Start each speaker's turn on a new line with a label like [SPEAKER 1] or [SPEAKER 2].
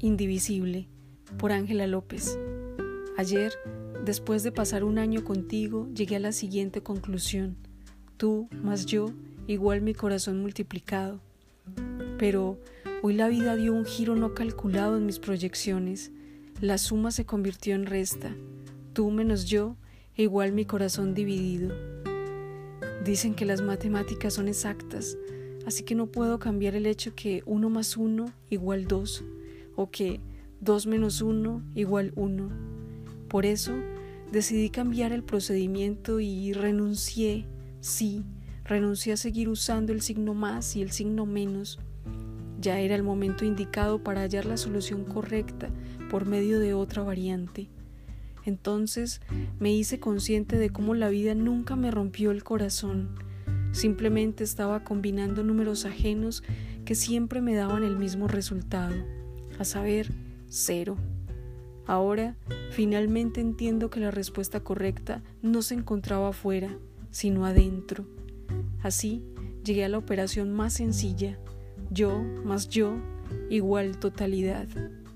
[SPEAKER 1] indivisible, por Ángela López. Ayer, después de pasar un año contigo, llegué a la siguiente conclusión: tú más yo, igual mi corazón multiplicado. Pero hoy la vida dio un giro no calculado en mis proyecciones. La suma se convirtió en resta. Tú menos yo, igual mi corazón dividido. Dicen que las matemáticas son exactas, así que no puedo cambiar el hecho que 1 más 1 igual 2, o que 2 menos 1 igual 1. Por eso decidí cambiar el procedimiento y renuncié a seguir usando el signo más y el signo menos. Ya era el momento indicado para hallar la solución correcta por medio de otra variante. Entonces me hice consciente de cómo la vida nunca me rompió el corazón. Simplemente estaba combinando números ajenos que siempre me daban el mismo resultado, a saber, 0. Ahora, finalmente entiendo que la respuesta correcta no se encontraba afuera, sino adentro. Así, llegué a la operación más sencilla: yo más yo igual totalidad.